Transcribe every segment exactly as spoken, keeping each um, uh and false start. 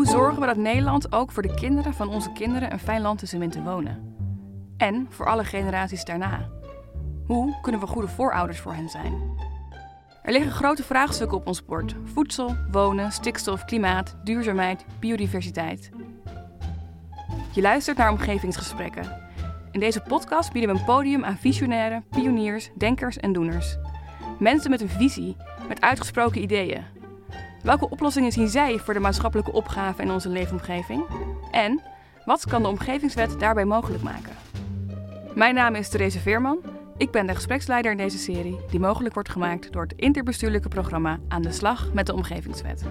zorgen we dat Nederland ook voor de kinderen van onze kinderen een fijn land is om in te wonen? En voor alle generaties daarna? Hoe kunnen we goede voorouders voor hen zijn? Er liggen grote vraagstukken op ons bord. Voedsel, wonen, stikstof, klimaat, duurzaamheid, biodiversiteit. Je luistert naar Omgevingsgesprekken. In deze podcast bieden we een podium aan visionairen, pioniers, denkers en doeners. Mensen met een visie, met uitgesproken ideeën. Welke oplossingen zien zij voor de maatschappelijke opgaven in onze leefomgeving? En wat kan de Omgevingswet daarbij mogelijk maken? Mijn naam is Therese Veerman. Ik ben de gespreksleider in deze serie, die mogelijk wordt gemaakt door het interbestuurlijke programma Aan de slag met de Omgevingswet.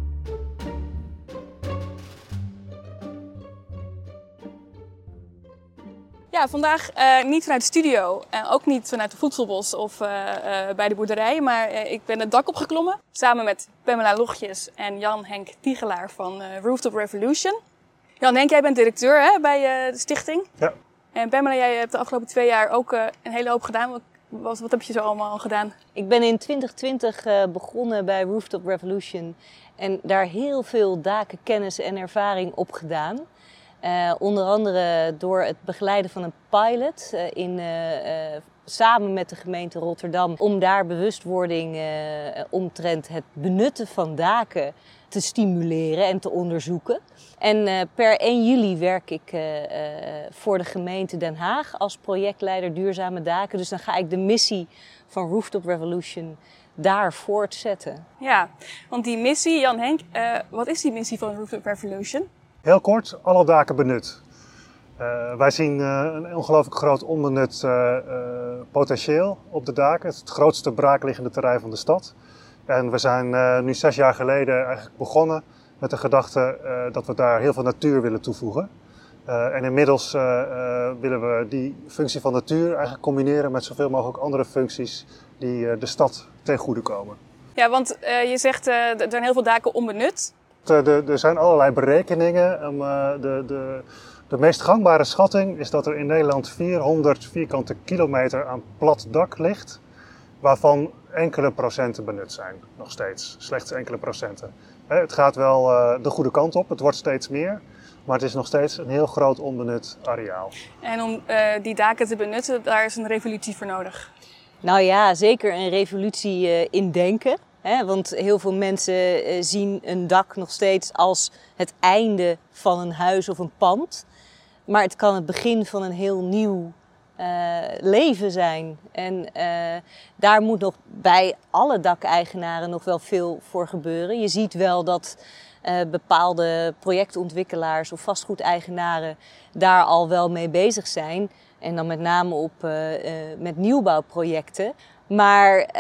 Ja, vandaag uh, niet vanuit de studio en ook niet vanuit de voedselbos of uh, uh, bij de boerderij, maar uh, ik ben het dak opgeklommen samen met Pamela Logjes en Jan-Henk Tiegelaar van uh, Rooftop Revolution. Jan-Henk, jij bent directeur hè, bij uh, de stichting. Ja. En Pamela, jij hebt de afgelopen twee jaar ook uh, een hele hoop gedaan. Wat, wat, wat heb je zo allemaal gedaan? Ik ben in twintig twintig uh, begonnen bij Rooftop Revolution en daar heel veel dakenkennis en ervaring opgedaan. Uh, onder andere door het begeleiden van een pilot uh, in, uh, uh, samen met de gemeente Rotterdam. Om daar bewustwording uh, omtrent het benutten van daken te stimuleren en te onderzoeken. En uh, per één juli werk ik uh, uh, voor de gemeente Den Haag als projectleider duurzame daken. Dus dan ga ik de missie van Rooftop Revolution daar voortzetten. Ja, want die missie, Jan-Henk, uh, wat is die missie van Rooftop Revolution? Heel kort, alle daken benut. Uh, wij zien uh, een ongelooflijk groot onbenut uh, uh, potentieel op de daken. Het is het grootste braakliggende terrein van de stad. En we zijn uh, nu zes jaar geleden eigenlijk begonnen met de gedachte uh, dat we daar heel veel natuur willen toevoegen. Uh, en inmiddels uh, uh, willen we die functie van natuur eigenlijk combineren met zoveel mogelijk andere functies die uh, de stad ten goede komen. Ja, want uh, je zegt uh, er zijn heel veel daken onbenut. Er zijn allerlei berekeningen. Um, de, de, de meest gangbare schatting is dat er in Nederland vierhonderd vierkante kilometer aan plat dak ligt, waarvan enkele procenten benut zijn. Nog steeds, slechts enkele procenten. Het gaat wel uh, de goede kant op, het wordt steeds meer, maar het is nog steeds een heel groot onbenut areaal. En om uh, die daken te benutten, daar is een revolutie voor nodig. Nou ja, zeker een revolutie uh, in denken. He, want heel veel mensen uh, zien een dak nog steeds als het einde van een huis of een pand. Maar het kan het begin van een heel nieuw uh, leven zijn. En uh, daar moet nog bij alle dakeigenaren nog wel veel voor gebeuren. Je ziet wel dat uh, bepaalde projectontwikkelaars of vastgoedeigenaren daar al wel mee bezig zijn. En dan met name op, uh, uh, met nieuwbouwprojecten. Maar uh,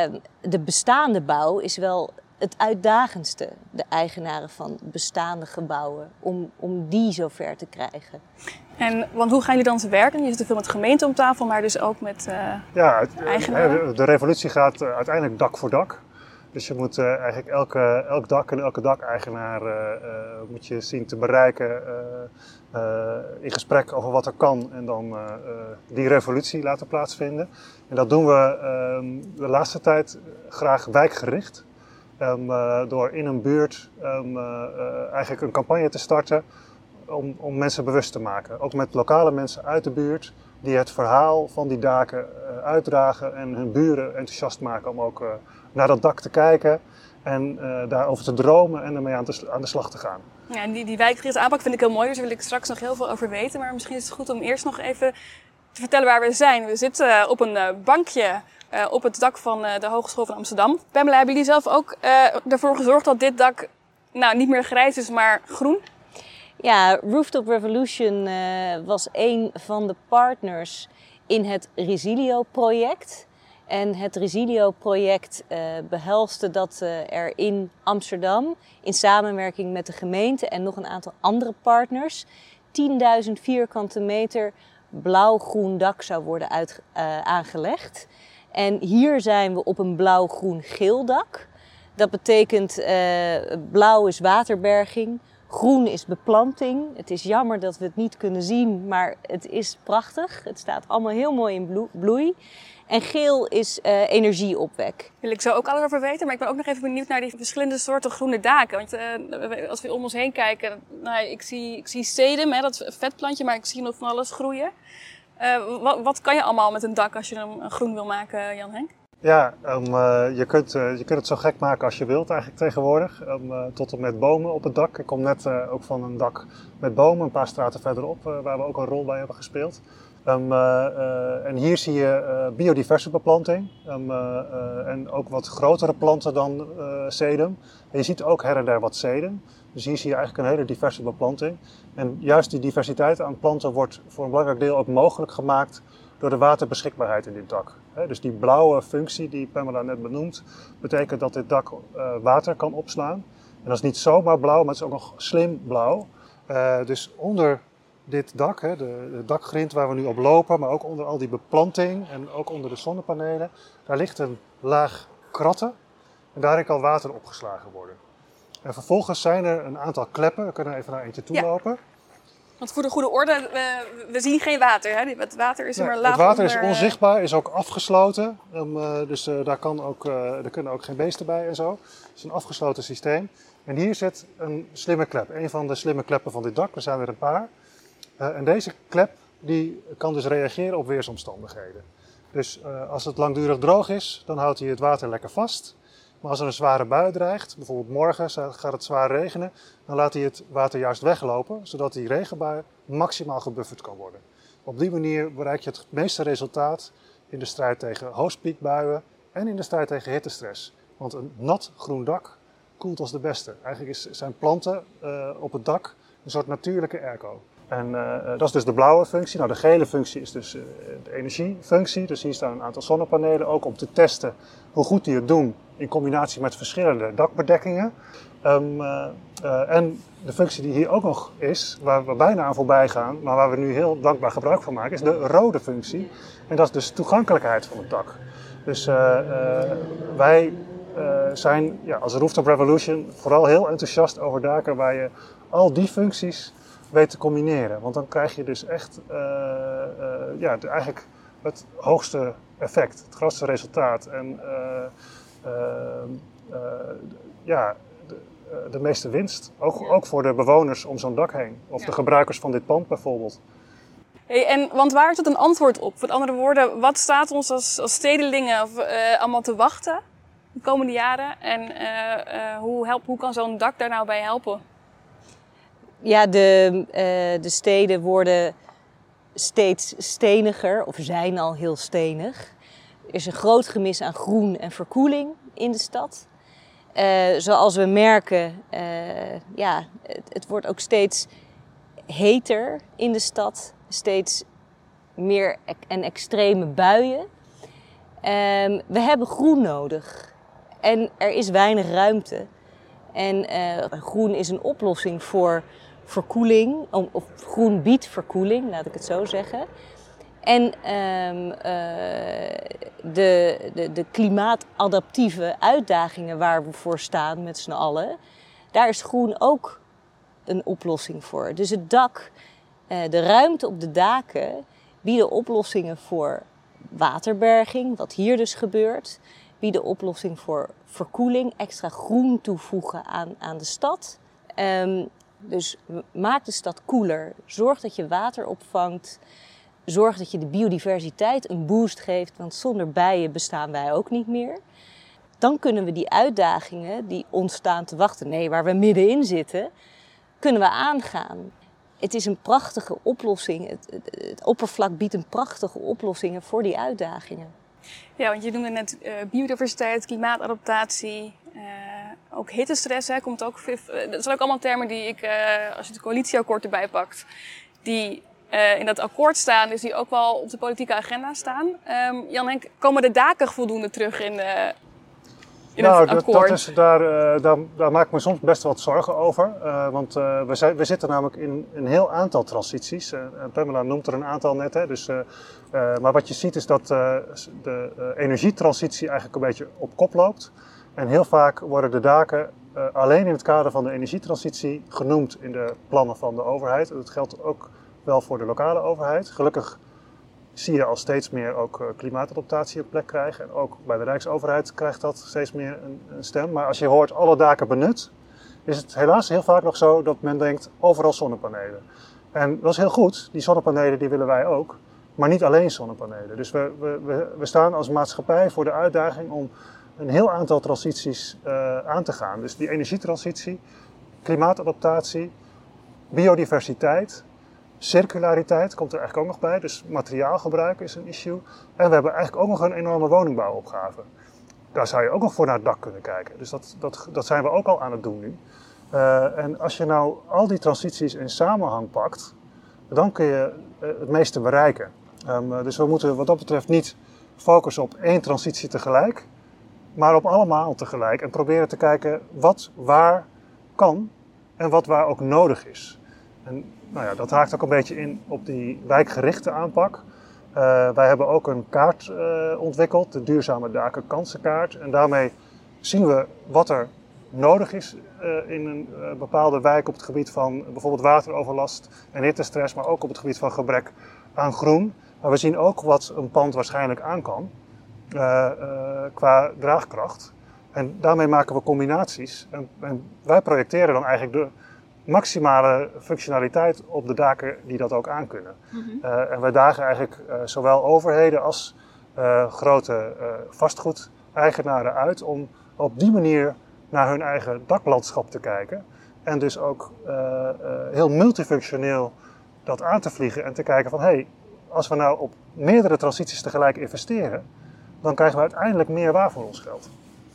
de bestaande bouw is wel het uitdagendste. De eigenaren van bestaande gebouwen, om, om die zover te krijgen. En want hoe gaan jullie dan te werken? Je zit veel met gemeenten om tafel, maar dus ook met uh, ja, het, eigenaren? De revolutie gaat uh, uiteindelijk dak voor dak. Dus je moet uh, eigenlijk elke, elk dak en elke dakeigenaar uh, uh, moet je zien te bereiken uh, uh, in gesprek over wat er kan en dan uh, uh, die revolutie laten plaatsvinden. En dat doen we uh, de laatste tijd graag wijkgericht. Um, uh, door in een buurt um, uh, uh, eigenlijk een campagne te starten om, om mensen bewust te maken. Ook met lokale mensen uit de buurt die het verhaal van die daken uh, uitdragen en hun buren enthousiast maken om ook uh, naar dat dak te kijken en uh, daarover te dromen en ermee aan de, aan de slag te gaan. Ja, en die, die wijkgerichte aanpak vind ik heel mooi, dus daar wil ik straks nog heel veel over weten. Maar misschien is het goed om eerst nog even te vertellen waar we zijn. We zitten op een bankje uh, op het dak van uh, de Hogeschool van Amsterdam. Pamela, hebben jullie zelf ook uh, ervoor gezorgd dat dit dak nou, niet meer grijs is, maar groen? Ja, Rooftop Revolution uh, was een van de partners in het Resilio-project. En het Resilio-project uh, behelste dat uh, er in Amsterdam, in samenwerking met de gemeente en nog een aantal andere partners, tienduizend vierkante meter blauw-groen dak zou worden uit, uh, aangelegd. En hier zijn we op een blauw-groen-geel dak. Dat betekent uh, blauw is waterberging, Groen is beplanting. Het is jammer dat we het niet kunnen zien, maar het is prachtig. Het staat allemaal heel mooi in bloei. En geel is uh, energieopwek. Wil ik zo ook alles over weten, maar ik ben ook nog even benieuwd naar die verschillende soorten groene daken. Want uh, als we om ons heen kijken, nou, ik zie, ik zie sedum, hè, dat vetplantje, maar ik zie nog van alles groeien. Uh, wat, wat kan je allemaal met een dak als je hem groen wil maken, Jan-Henk? Ja, um, uh, je, kunt, uh, je kunt het zo gek maken als je wilt eigenlijk tegenwoordig. Um, uh, tot en met bomen op het dak. Ik kom net uh, ook van een dak met bomen, een paar straten verderop, uh, waar we ook een rol bij hebben gespeeld. Um, uh, uh, en hier zie je uh, biodiverse beplanting um, uh, uh, en ook wat grotere planten dan uh, sedum. En je ziet ook her en der wat sedum. Dus hier zie je eigenlijk een hele diverse beplanting. En juist die diversiteit aan planten wordt voor een belangrijk deel ook mogelijk gemaakt door de waterbeschikbaarheid in dit dak. He, dus die blauwe functie die Pamela net benoemt, betekent dat dit dak uh, water kan opslaan. En dat is niet zomaar blauw, maar het is ook nog slim blauw. Uh, dus onder dit dak, hè, de, de dakgrind waar we nu op lopen, maar ook onder al die beplanting en ook onder de zonnepanelen, daar ligt een laag kratten en daarin kan water opgeslagen worden. En vervolgens zijn er een aantal kleppen, we kunnen even naar eentje toe lopen. Ja. Want voor de goede orde, we, we zien geen water. Hè? Het water is er nee, maar laag Het water onder... is onzichtbaar, is ook afgesloten. Um, uh, dus uh, daar, kan ook, uh, er kunnen ook geen beesten bij en zo. Het is een afgesloten systeem. En hier zit een slimme klep. Een van de slimme kleppen van dit dak. Er zijn er een paar. Uh, en deze klep die kan dus reageren op weersomstandigheden. Dus uh, als het langdurig droog is, dan houdt hij het water lekker vast. Maar als er een zware bui dreigt, bijvoorbeeld morgen gaat het zwaar regenen, dan laat hij het water juist weglopen, zodat die regenbui maximaal gebufferd kan worden. Op die manier bereik je het meeste resultaat in de strijd tegen hoogspiekbuien en in de strijd tegen hittestress. Want een nat groen dak koelt als de beste. Eigenlijk is, zijn planten uh, op het dak een soort natuurlijke airco. En uh, dat is dus de blauwe functie. Nou, de gele functie is dus uh, de energiefunctie. Dus hier staan een aantal zonnepanelen, ook om te testen hoe goed die het doen in combinatie met verschillende dakbedekkingen. Um, uh, uh, en de functie die hier ook nog is, waar we bijna aan voorbij gaan, maar waar we nu heel dankbaar gebruik van maken, is de rode functie. En dat is dus toegankelijkheid van het dak. Dus uh, uh, wij uh, zijn ja, als Rooftop Revolution vooral heel enthousiast over daken waar je al die functies weet te combineren. Want dan krijg je dus echt uh, uh, ja, de, eigenlijk het hoogste effect, het grootste resultaat. En uh, uh, uh, ja, de, uh, de meeste winst. Ook, ook voor de bewoners om zo'n dak heen. Of ja. de gebruikers van dit pand bijvoorbeeld. Hey, en, want waar is het een antwoord op? Met andere woorden, wat staat ons als, als stedelingen of, uh, allemaal te wachten de komende jaren? En uh, uh, hoe, help, hoe kan zo'n dak daar nou bij helpen? Ja, de, uh, de steden worden steeds steniger, of zijn al heel stenig. Er is een groot gemis aan groen en verkoeling in de stad. Uh, zoals we merken, uh, ja, het, het wordt ook steeds heter in de stad. Steeds meer en extreme buien. Um, we hebben groen nodig. En er is weinig ruimte. En uh, groen is een oplossing voor verkoeling, of groen biedt verkoeling, laat ik het zo zeggen. En um, uh, de, de, de klimaatadaptieve uitdagingen waar we voor staan met z'n allen, daar is groen ook een oplossing voor. Dus het dak, uh, de ruimte op de daken bieden oplossingen voor waterberging, wat hier dus gebeurt. Bieden oplossing voor verkoeling, extra groen toevoegen aan, aan de stad. Um, dus maak de stad koeler. Zorg dat je water opvangt. Zorg dat je de biodiversiteit een boost geeft, want zonder bijen bestaan wij ook niet meer. Dan kunnen we die uitdagingen die ons staan te wachten, nee, waar we middenin zitten, kunnen we aangaan. Het is een prachtige oplossing. Het, het, het oppervlak biedt een prachtige oplossingen voor die uitdagingen. Ja, want je noemde net uh, biodiversiteit, klimaatadaptatie, uh, ook hittestress. Hè, komt ook, uh, dat zijn ook allemaal termen die ik, uh, als je het coalitieakkoord erbij pakt, die uh, in dat akkoord staan, dus die ook wel op de politieke agenda staan. Um, Jan-Henk, komen de daken voldoende terug in, de, in nou, het akkoord? Dat is, daar, uh, daar, daar maak ik me soms best wat zorgen over. Uh, want uh, we, zijn, we zitten namelijk in een heel aantal transities. Uh, Pamela noemt er een aantal net. Hè, dus, uh, uh, maar wat je ziet is dat uh, de uh, energietransitie eigenlijk een beetje op kop loopt. En heel vaak worden de daken uh, alleen in het kader van de energietransitie genoemd in de plannen van de overheid. Dat geldt ook wel voor de lokale overheid. Gelukkig zie je al steeds meer ook uh, klimaatadaptatie een plek krijgen. En ook bij de Rijksoverheid krijgt dat steeds meer een, een stem. Maar als je hoort alle daken benut, is het helaas heel vaak nog zo dat men denkt overal zonnepanelen. En dat is heel goed, die zonnepanelen die willen wij ook. Maar niet alleen zonnepanelen. Dus we, we, we staan als maatschappij voor de uitdaging om een heel aantal transities uh, aan te gaan. Dus die energietransitie, klimaatadaptatie, biodiversiteit, circulariteit komt er eigenlijk ook nog bij. Dus materiaalgebruik is een issue. En we hebben eigenlijk ook nog een enorme woningbouwopgave. Daar zou je ook nog voor naar het dak kunnen kijken. Dus dat, dat, dat zijn we ook al aan het doen nu. Uh, en als je nou al die transities in samenhang pakt, dan kun je uh, het meeste bereiken. Um, uh, dus we moeten wat dat betreft niet focussen op één transitie tegelijk, maar op allemaal tegelijk. En proberen te kijken wat waar kan en wat waar ook nodig is. En nou ja, dat haakt ook een beetje in op die wijkgerichte aanpak. Uh, wij hebben ook een kaart uh, ontwikkeld, de Duurzame Daken Kansenkaart. En daarmee zien we wat er nodig is uh, in een uh, bepaalde wijk op het gebied van bijvoorbeeld wateroverlast en hittestress, maar ook op het gebied van gebrek aan groen. Maar we zien ook wat een pand waarschijnlijk aan kan uh, uh, qua draagkracht. En daarmee maken we combinaties. En, en wij projecteren dan eigenlijk de maximale functionaliteit op de daken die dat ook aankunnen. Mm-hmm. Uh, en wij dagen eigenlijk uh, zowel overheden als uh, grote uh, vastgoedeigenaren uit om op die manier naar hun eigen daklandschap te kijken. En dus ook uh, uh, heel multifunctioneel dat aan te vliegen en te kijken van hé, hey, als we nou op meerdere transities tegelijk investeren, dan krijgen we uiteindelijk meer waar voor ons geld.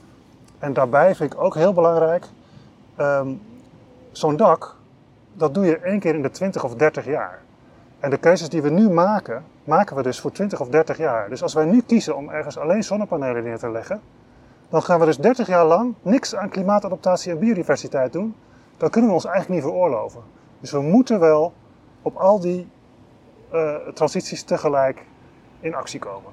En daarbij vind ik ook heel belangrijk, um, zo'n dak, dat doe je één keer in de twintig of dertig jaar. En de keuzes die we nu maken, maken we dus voor twintig of dertig jaar. Dus als wij nu kiezen om ergens alleen zonnepanelen neer te leggen, dan gaan we dus dertig jaar lang niks aan klimaatadaptatie en biodiversiteit doen. Dat kunnen we ons eigenlijk niet veroorloven. Dus we moeten wel op al die uh, transities tegelijk in actie komen.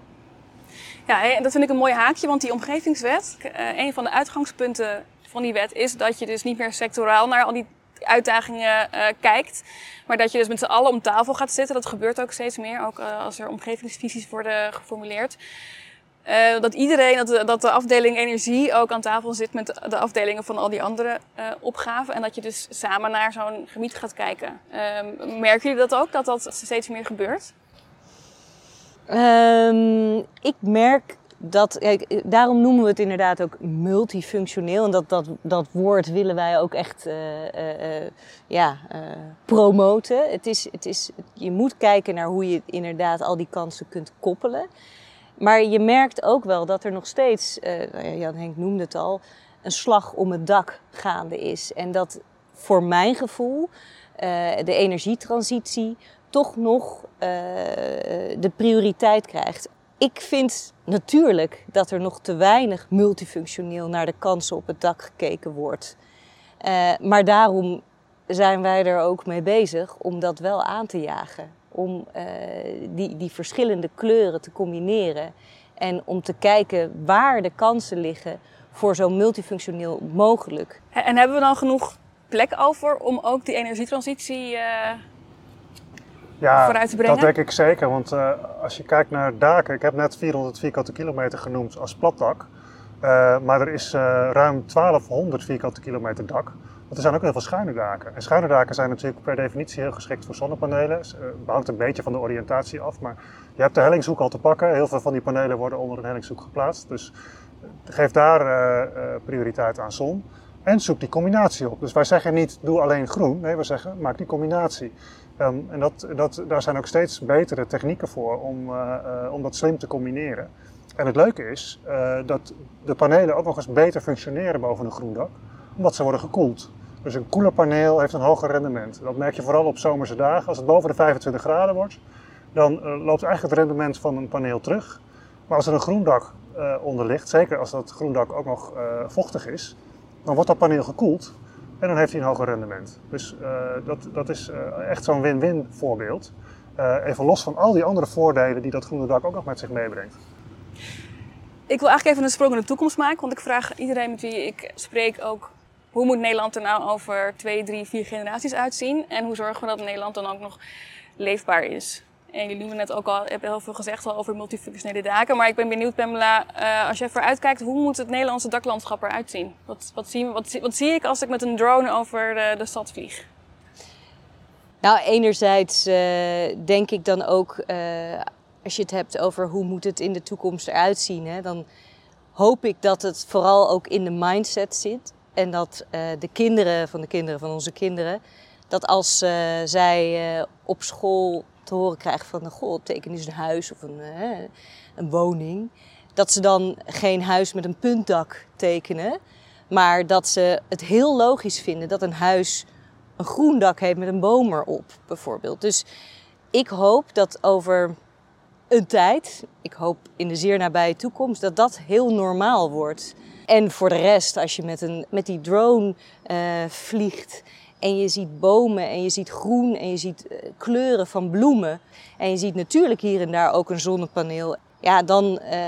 Ja, en dat vind ik een mooi haakje, want die omgevingswet, uh, een van de uitgangspunten van die wet is dat je dus niet meer sectoraal naar al die uitdagingen uh, kijkt, maar dat je dus met z'n allen om tafel gaat zitten. Dat gebeurt ook steeds meer, ook uh, als er omgevingsvisies worden geformuleerd. Uh, dat iedereen, dat de, dat de afdeling energie ook aan tafel zit met de afdelingen van al die andere uh, opgaven. En dat je dus samen naar zo'n gebied gaat kijken. Uh, merken jullie dat ook, dat dat steeds meer gebeurt? Um, ik merk dat, kijk, daarom noemen we het inderdaad ook multifunctioneel. En dat, dat, dat woord willen wij ook echt uh, uh, uh, ja, uh, promoten. Het is, het is, je moet kijken naar hoe je inderdaad al die kansen kunt koppelen. Maar je merkt ook wel dat er nog steeds, uh, Jan Henk noemde het al, een slag om het dak gaande is. En dat voor mijn gevoel uh, de energietransitie toch nog uh, de prioriteit krijgt. Ik vind natuurlijk dat er nog te weinig multifunctioneel naar de kansen op het dak gekeken wordt. Uh, maar daarom zijn wij er ook mee bezig om dat wel aan te jagen. Om uh, die, die verschillende kleuren te combineren. En om te kijken waar de kansen liggen voor zo multifunctioneel mogelijk. En hebben we dan genoeg plek over om ook die energietransitie uh, ja, vooruit te brengen? Dat denk ik zeker. Want uh, als je kijkt naar daken, ik heb net vierhonderd vierkante kilometer genoemd als platdak. Uh, maar er is uh, ruim twaalfhonderd vierkante kilometer dak. Want er zijn ook heel veel schuine daken. En schuine daken zijn natuurlijk per definitie heel geschikt voor zonnepanelen. Het hangt een beetje van de oriëntatie af, maar je hebt de hellingshoek al te pakken. Heel veel van die panelen worden onder een hellingshoek geplaatst. Dus geef daar uh, uh, prioriteit aan zon. En zoek die combinatie op. Dus wij zeggen niet, doe alleen groen. Nee, we zeggen, maak die combinatie. Um, en dat, dat, daar zijn ook steeds betere technieken voor om, uh, uh, om dat slim te combineren. En het leuke is uh, dat de panelen ook nog eens beter functioneren boven een groen dak, omdat ze worden gekoeld. Dus een koeler paneel heeft een hoger rendement. Dat merk je vooral op zomerse dagen. Als het boven de vijfentwintig graden wordt, dan uh, loopt eigenlijk het rendement van een paneel terug. Maar als er een groen dak uh, onder ligt, zeker als dat groen dak ook nog uh, vochtig is, dan wordt dat paneel gekoeld en dan heeft hij een hoger rendement. Dus uh, dat, dat is uh, echt zo'n win-win voorbeeld. Uh, even los van al die andere voordelen die dat groene dak ook nog met zich meebrengt. Ik wil eigenlijk even een sprong in de toekomst maken, want ik vraag iedereen met wie ik spreek ook hoe moet Nederland er nou over twee, drie, vier generaties uitzien? En hoe zorgen we dat Nederland dan ook nog leefbaar is? En jullie hebben net ook al hebben heel veel gezegd al over multifunctionele daken. Maar ik ben benieuwd, Pamela, uh, als je even vooruitkijkt, hoe moet het Nederlandse daklandschap eruit zien? Wat, wat, zien we, wat, wat zie ik als ik met een drone over de, de stad vlieg? Nou, enerzijds uh, denk ik dan ook, uh, als je het hebt over hoe moet het in de toekomst eruit zien, hè, dan hoop ik dat het vooral ook in de mindset zit. En dat uh, de kinderen van de kinderen van onze kinderen, dat als uh, zij uh, op school te horen krijgen van, goh, teken eens een huis of een, uh, een woning, dat ze dan geen huis met een puntdak tekenen, maar dat ze het heel logisch vinden dat een huis een groen dak heeft met een boom erop, bijvoorbeeld. Dus ik hoop dat over een tijd, ik hoop in de zeer nabije toekomst, dat dat heel normaal wordt. En voor de rest, als je met, een, met die drone uh, vliegt en je ziet bomen en je ziet groen en je ziet uh, kleuren van bloemen en je ziet natuurlijk hier en daar ook een zonnepaneel, ja, dan, uh,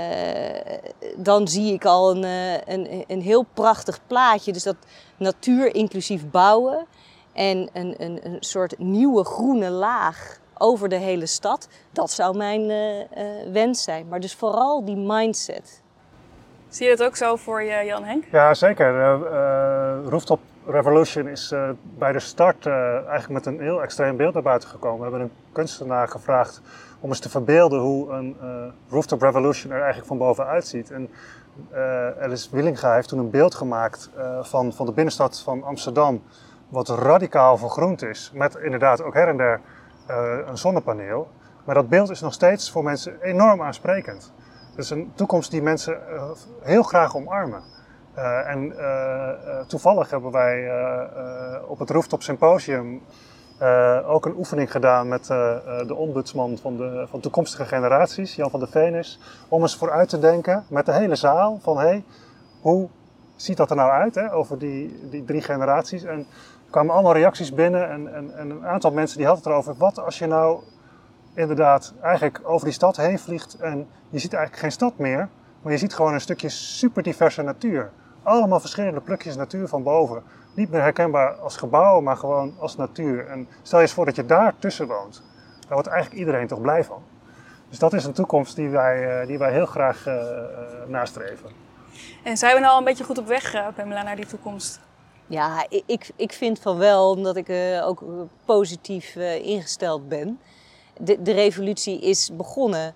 dan zie ik al een, uh, een, een heel prachtig plaatje. Dus dat natuur inclusief bouwen en een, een, een soort nieuwe groene laag over de hele stad, dat zou mijn uh, uh, wens zijn. Maar dus vooral die mindset. Zie je dat ook zo voor je, Jan Henk? Ja, zeker. Uh, uh, Rooftop Revolution is uh, bij de start uh, eigenlijk met een heel extreem beeld naar buiten gekomen. We hebben een kunstenaar gevraagd om eens te verbeelden hoe een uh, Rooftop Revolution er eigenlijk van bovenuit ziet. En uh, Alice Willinga heeft toen een beeld gemaakt uh, van, van de binnenstad van Amsterdam, wat radicaal vergroend is, met inderdaad ook her en der uh, een zonnepaneel. Maar dat beeld is nog steeds voor mensen enorm aansprekend. Het is een toekomst die mensen uh, heel graag omarmen. Uh, en uh, uh, toevallig hebben wij uh, uh, op het Rooftop Symposium uh, ook een oefening gedaan met uh, uh, de ombudsman van de van toekomstige generaties, Jan van der Veenis, om eens vooruit te denken met de hele zaal van hey, hoe ziet dat er nou uit hè, over die, die drie generaties. En er kwamen allemaal reacties binnen en, en, en een aantal mensen die hadden het erover, wat als je nou inderdaad eigenlijk over die stad heen vliegt en je ziet eigenlijk geen stad meer, maar je ziet gewoon een stukje super diverse natuur. Allemaal verschillende plukjes natuur van boven. Niet meer herkenbaar als gebouwen, maar gewoon als natuur. En stel je eens voor dat je daar tussen woont. Daar wordt eigenlijk iedereen toch blij van. Dus dat is een toekomst die wij, die wij heel graag uh, nastreven. En zijn we nou al een beetje goed op weg, uh, Pamela, naar die toekomst? Ja, ik, ik vind van wel, omdat ik uh, ook positief uh, ingesteld ben. De, de revolutie is begonnen.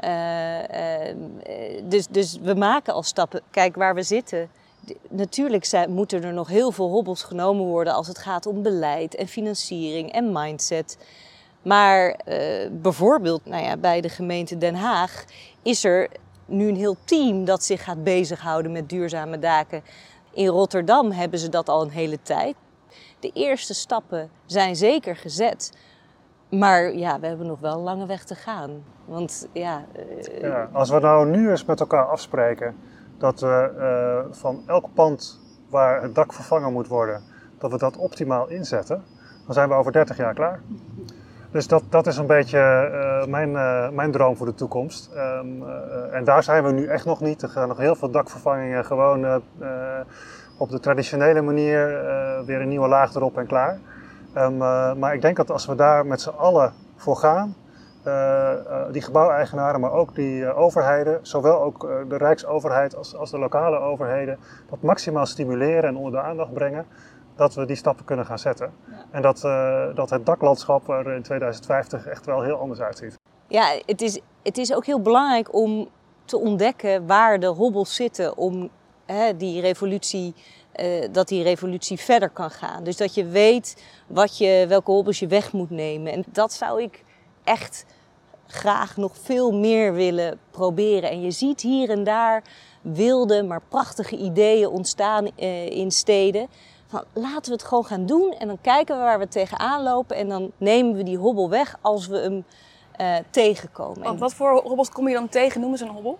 Uh, uh, dus, dus we maken al stappen. Kijk waar we zitten. De, natuurlijk zijn, moeten er nog heel veel hobbels genomen worden als het gaat om beleid en financiering en mindset. Maar uh, bijvoorbeeld nou ja, bij de gemeente Den Haag is er nu een heel team dat zich gaat bezighouden met duurzame daken. In Rotterdam hebben ze dat al een hele tijd. De eerste stappen zijn zeker gezet. Maar ja, we hebben nog wel een lange weg te gaan. Want ja, uh... ja, als we nou nu eens met elkaar afspreken dat we uh, van elk pand waar het dak vervangen moet worden, dat we dat optimaal inzetten, dan zijn we over dertig jaar klaar. Dus dat, dat is een beetje uh, mijn, uh, mijn droom voor de toekomst. Um, uh, en daar zijn we nu echt nog niet. Er gaan nog heel veel dakvervangingen gewoon uh, uh, op de traditionele manier, uh, weer een nieuwe laag erop en klaar. Um, uh, maar ik denk dat als we daar met z'n allen voor gaan, uh, uh, die gebouweigenaren, maar ook die uh, overheden, zowel ook uh, de Rijksoverheid als, als de lokale overheden, dat maximaal stimuleren en onder de aandacht brengen, dat we die stappen kunnen gaan zetten. Ja. En dat, uh, dat het daklandschap er in tweeduizend vijftig echt wel heel anders uitziet. Ja, het is, het is ook heel belangrijk om te ontdekken waar de hobbels zitten om hè, die revolutie... Uh, dat die revolutie verder kan gaan. Dus dat je weet wat je, welke hobbels je weg moet nemen. En dat zou ik echt graag nog veel meer willen proberen. En je ziet hier en daar wilde, maar prachtige ideeën ontstaan uh, in steden. Van, laten we het gewoon gaan doen en dan kijken we waar we tegenaan lopen. En dan nemen we die hobbel weg als we hem uh, tegenkomen. Want wat voor hobbels kom je dan tegen? Noemen ze een hobbel?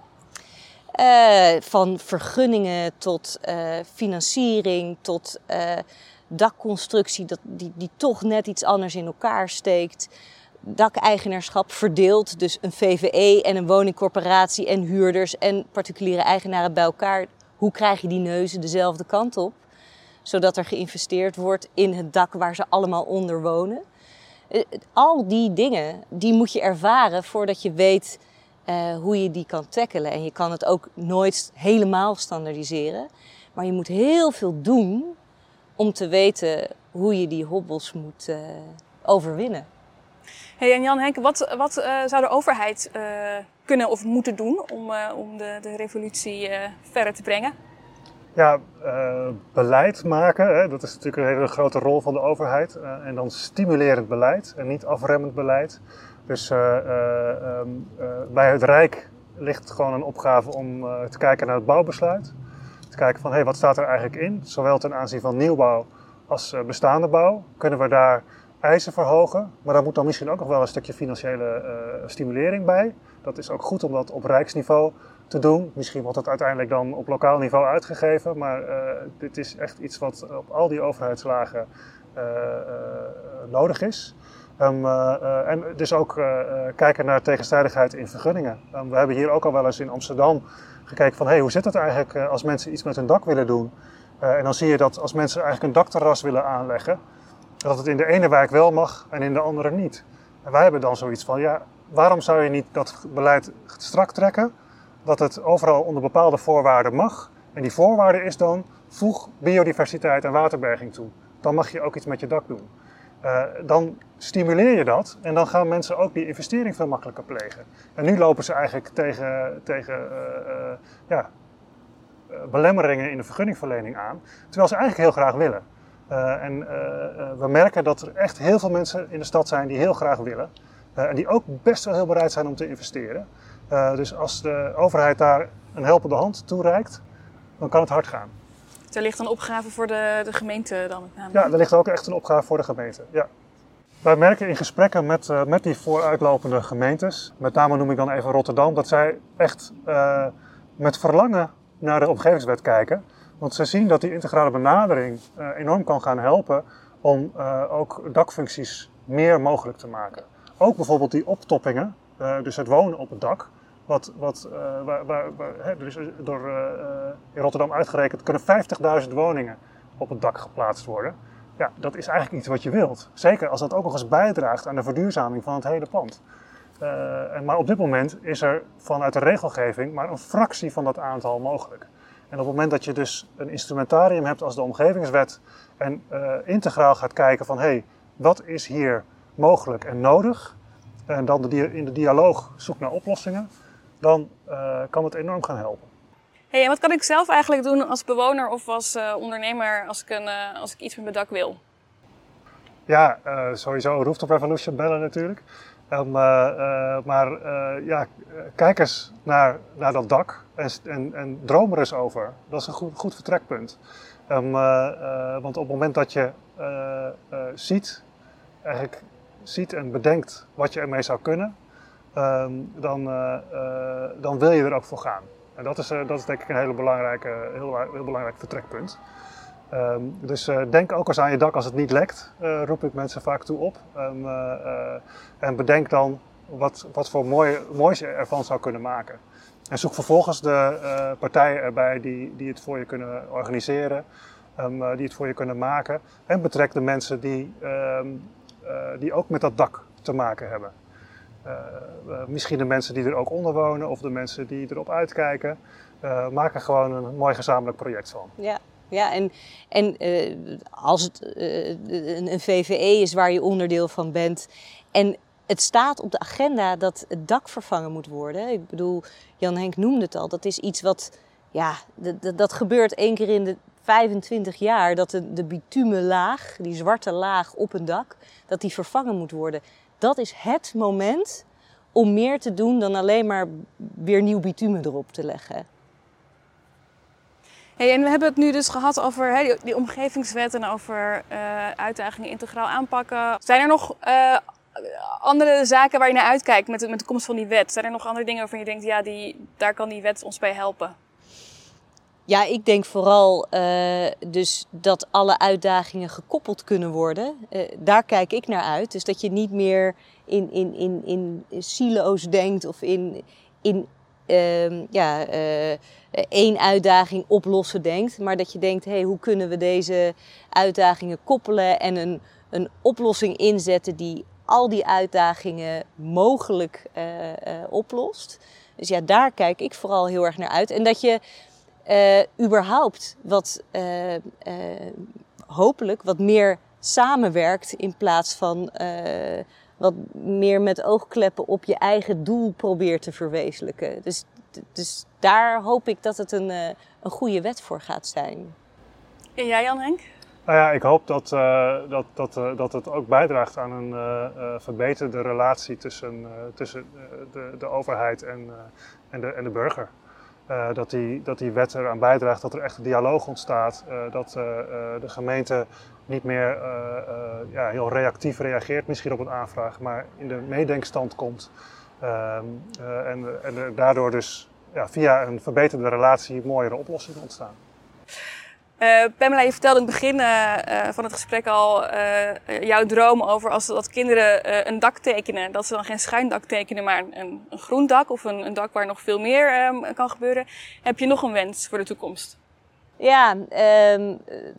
Uh, van vergunningen tot uh, financiering, tot uh, dakconstructie dat, die, die toch net iets anders in elkaar steekt. Dakeigenaarschap verdeeld, dus een V V E en een woningcorporatie en huurders en particuliere eigenaren bij elkaar. Hoe krijg je die neuzen dezelfde kant op? zodat er geïnvesteerd wordt in het dak waar ze allemaal onder wonen. Al die dingen, die moet je ervaren voordat je weet uh, hoe je die kan tackelen. En je kan het ook nooit helemaal standaardiseren. Maar je moet heel veel doen om te weten hoe je die hobbels moet uh, overwinnen. Hey, en Jan-Henk, wat, wat uh, zou de overheid uh, kunnen of moeten doen om, uh, om de, de revolutie uh, verder te brengen? Ja, uh, beleid maken, hè, dat is natuurlijk een hele grote rol van de overheid. Uh, en dan stimulerend beleid en niet afremmend beleid. Dus uh, uh, um, uh, bij het Rijk ligt gewoon een opgave om uh, te kijken naar het bouwbesluit. Te kijken van, hé, hey, wat staat er eigenlijk in? Zowel ten aanzien van nieuwbouw als uh, bestaande bouw. Kunnen we daar eisen verhogen? Maar daar moet dan misschien ook nog wel een stukje financiële uh, stimulering bij. Dat is ook goed om dat op rijksniveau te doen. Misschien wordt het uiteindelijk dan op lokaal niveau uitgegeven, maar uh, dit is echt iets wat op al die overheidslagen uh, uh, nodig is. Um, uh, uh, en dus ook uh, uh, kijken naar tegenstrijdigheid in vergunningen. Um, we hebben hier ook al wel eens in Amsterdam gekeken van, hey, hoe zit het eigenlijk uh, als mensen iets met hun dak willen doen? Uh, en dan zie je dat als mensen eigenlijk een dakterras willen aanleggen, dat het in de ene wijk wel mag en in de andere niet. En wij hebben dan zoiets van, ja, waarom zou je niet dat beleid strak trekken? Dat het overal onder bepaalde voorwaarden mag. En die voorwaarde is dan, voeg biodiversiteit en waterberging toe. Dan mag je ook iets met je dak doen. Uh, dan stimuleer je dat en dan gaan mensen ook die investering veel makkelijker plegen. En nu lopen ze eigenlijk tegen, tegen uh, uh, ja, uh, belemmeringen in de vergunningverlening aan. Terwijl ze eigenlijk heel graag willen. Uh, en uh, uh, we merken dat er echt heel veel mensen in de stad zijn die heel graag willen. Uh, en die ook best wel heel bereid zijn om te investeren. Uh, dus als de overheid daar een helpende hand toereikt, dan kan het hard gaan. Er ligt een opgave voor de, de gemeente dan met name? Ja, er ligt ook echt een opgave voor de gemeente. Ja. Wij merken in gesprekken met, uh, met die vooruitlopende gemeentes, met name noem ik dan even Rotterdam, dat zij echt uh, met verlangen naar de omgevingswet kijken. Want ze zien dat die integrale benadering uh, enorm kan gaan helpen om uh, ook dakfuncties meer mogelijk te maken. Ook bijvoorbeeld die optoppingen, uh, dus het wonen op het dak. Wat, wat, uh, waar, waar, waar, hè, er is door, uh, in Rotterdam uitgerekend kunnen vijftigduizend woningen op het dak geplaatst worden. Ja, dat is eigenlijk iets wat je wilt. Zeker als dat ook nog eens bijdraagt aan de verduurzaming van het hele pand. Uh, en, maar op dit moment is er vanuit de regelgeving maar een fractie van dat aantal mogelijk. En op het moment dat je dus een instrumentarium hebt als de omgevingswet en uh, integraal gaat kijken van hé, hey, wat is hier mogelijk en nodig? En dan de, in de dialoog zoekt naar oplossingen, dan uh, kan het enorm gaan helpen. Hey, en wat kan ik zelf eigenlijk doen als bewoner of als uh, ondernemer als ik, een, uh, als ik iets met mijn dak wil? Ja, uh, sowieso Rooftop Revolution bellen natuurlijk. Um, uh, uh, maar uh, ja, kijk eens naar, naar dat dak en, en, en droom er eens over. Dat is een goed, goed vertrekpunt. Um, uh, uh, want op het moment dat je uh, uh, ziet, eigenlijk ziet en bedenkt wat je ermee zou kunnen, um, dan, uh, uh, dan wil je er ook voor gaan. En dat is, uh, dat is denk ik een hele belangrijke, heel, heel belangrijk vertrekpunt. Um, dus uh, denk ook eens aan je dak als het niet lekt, uh, roep ik mensen vaak toe op. Um, uh, uh, en bedenk dan wat, wat voor mooi, moois je ervan zou kunnen maken. En zoek vervolgens de uh, partijen erbij die, die het voor je kunnen organiseren, um, uh, die het voor je kunnen maken. En betrek de mensen die, um, uh, die ook met dat dak te maken hebben. Uh, uh, misschien de mensen die er ook onder wonen of de mensen die erop uitkijken. Uh, maak er gewoon een mooi gezamenlijk project van. Ja. Ja, en, en uh, als het uh, een, een V V E is waar je onderdeel van bent en het staat op de agenda dat het dak vervangen moet worden. Ik bedoel, Jan-Henk noemde het al, dat is iets wat, ja, d- d- dat gebeurt één keer in de vijfentwintig jaar. Dat de, de bitumenlaag, die zwarte laag op een dak, dat die vervangen moet worden. Dat is het moment om meer te doen dan alleen maar weer nieuw bitumen erop te leggen. Hey, en we hebben het nu dus gehad over hè, die, die omgevingswet en over uh, uitdagingen integraal aanpakken. Zijn er nog uh, andere zaken waar je naar uitkijkt met de, met de komst van die wet? Zijn er nog andere dingen waarvan je denkt, ja, die, daar kan die wet ons bij helpen? Ja, ik denk vooral uh, dus dat alle uitdagingen gekoppeld kunnen worden. Uh, daar kijk ik naar uit. Dus dat je niet meer in, in, in, in silo's denkt of in, in uh, ja, uh, één uitdaging oplossen denkt, maar dat je denkt, hey, hoe kunnen we deze uitdagingen koppelen en een, een oplossing inzetten die al die uitdagingen mogelijk uh, uh, oplost. Dus ja, daar kijk ik vooral heel erg naar uit. En dat je uh, überhaupt wat, uh, uh, hopelijk wat meer samenwerkt in plaats van uh, wat meer met oogkleppen op je eigen doel probeert te verwezenlijken. Dus, dus daar hoop ik dat het een, uh, een goede wet voor gaat zijn. En jij, Jan-Henk? Nou ja, ik hoop dat, uh, dat, dat, uh, dat het ook bijdraagt aan een uh, uh, verbeterde relatie tussen, uh, tussen uh, de, de overheid en, uh, en, de, en de burger. Uh, dat, die, dat die wet eraan bijdraagt dat er echt een dialoog ontstaat. Uh, dat uh, uh, de gemeente niet meer uh, uh, ja, heel reactief reageert misschien op een aanvraag, maar in de meedenkstand komt. Uh, uh, en, en er daardoor dus ja, via een verbeterde relatie mooiere oplossingen ontstaan. Uh, Pamela, je vertelde in het begin uh, uh, van het gesprek al uh, jouw droom over als dat kinderen uh, een dak tekenen. Dat ze dan geen schuin dak tekenen, maar een, een groen dak of een, een dak waar nog veel meer um, kan gebeuren. Heb je nog een wens voor de toekomst? Ja, um,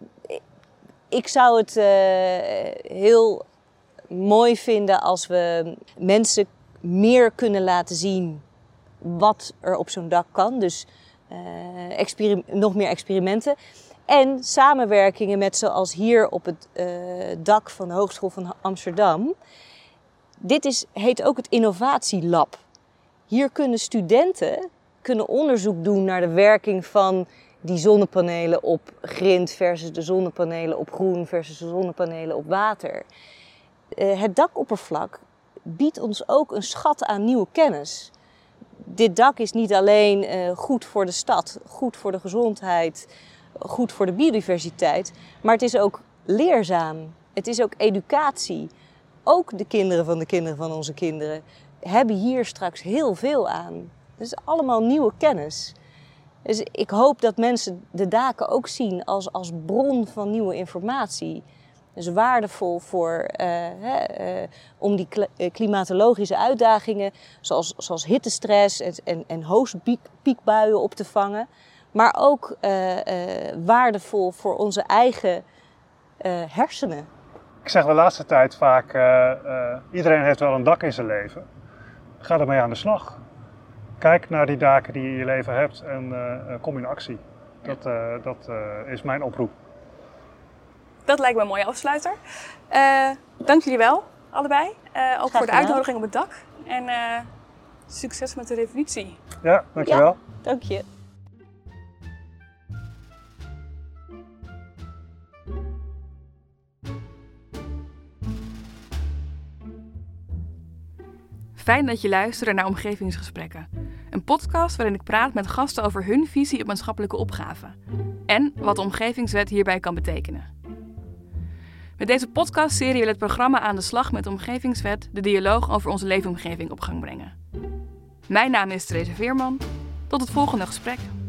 ik zou het uh, heel mooi vinden als we mensen meer kunnen laten zien wat er op zo'n dak kan. Dus uh, experim- nog meer experimenten. En samenwerkingen met, zoals hier op het uh, dak van de Hogeschool van Amsterdam. Dit is, heet ook het Innovatielab. Hier kunnen studenten kunnen onderzoek doen naar de werking van die zonnepanelen op grind versus de zonnepanelen op groen versus de zonnepanelen op water. Uh, het dakoppervlak biedt ons ook een schat aan nieuwe kennis. Dit dak is niet alleen uh, goed voor de stad, goed voor de gezondheid, goed voor de biodiversiteit, maar het is ook leerzaam. Het is ook educatie. Ook de kinderen van de kinderen van onze kinderen hebben hier straks heel veel aan. Het is allemaal nieuwe kennis. Dus ik hoop dat mensen de daken ook zien als, als bron van nieuwe informatie. Dus waardevol voor, uh, hè, uh, om die klimatologische uitdagingen, zoals, zoals hittestress en, en, en hoogpiekbuien op te vangen. Maar ook uh, uh, waardevol voor onze eigen uh, hersenen. Ik zeg de laatste tijd vaak, uh, uh, iedereen heeft wel een dak in zijn leven. Ga ermee aan de slag. Kijk naar die daken die je in je leven hebt en uh, kom in actie. Dat, uh, dat uh, is mijn oproep. Dat lijkt me een mooie afsluiter. Uh, dank jullie wel, allebei. Uh, ook voor de uitnodiging op het dak. En uh, succes met de revolutie. Ja, dankjewel. Ja, dank je. Fijn dat je luisterde naar Omgevingsgesprekken. Een podcast waarin ik praat met gasten over hun visie op maatschappelijke opgaven. En wat de omgevingswet hierbij kan betekenen. Met deze podcastserie wil het programma aan de slag met de omgevingswet de dialoog over onze leefomgeving op gang brengen. Mijn naam is Therese Veerman. Tot het volgende gesprek.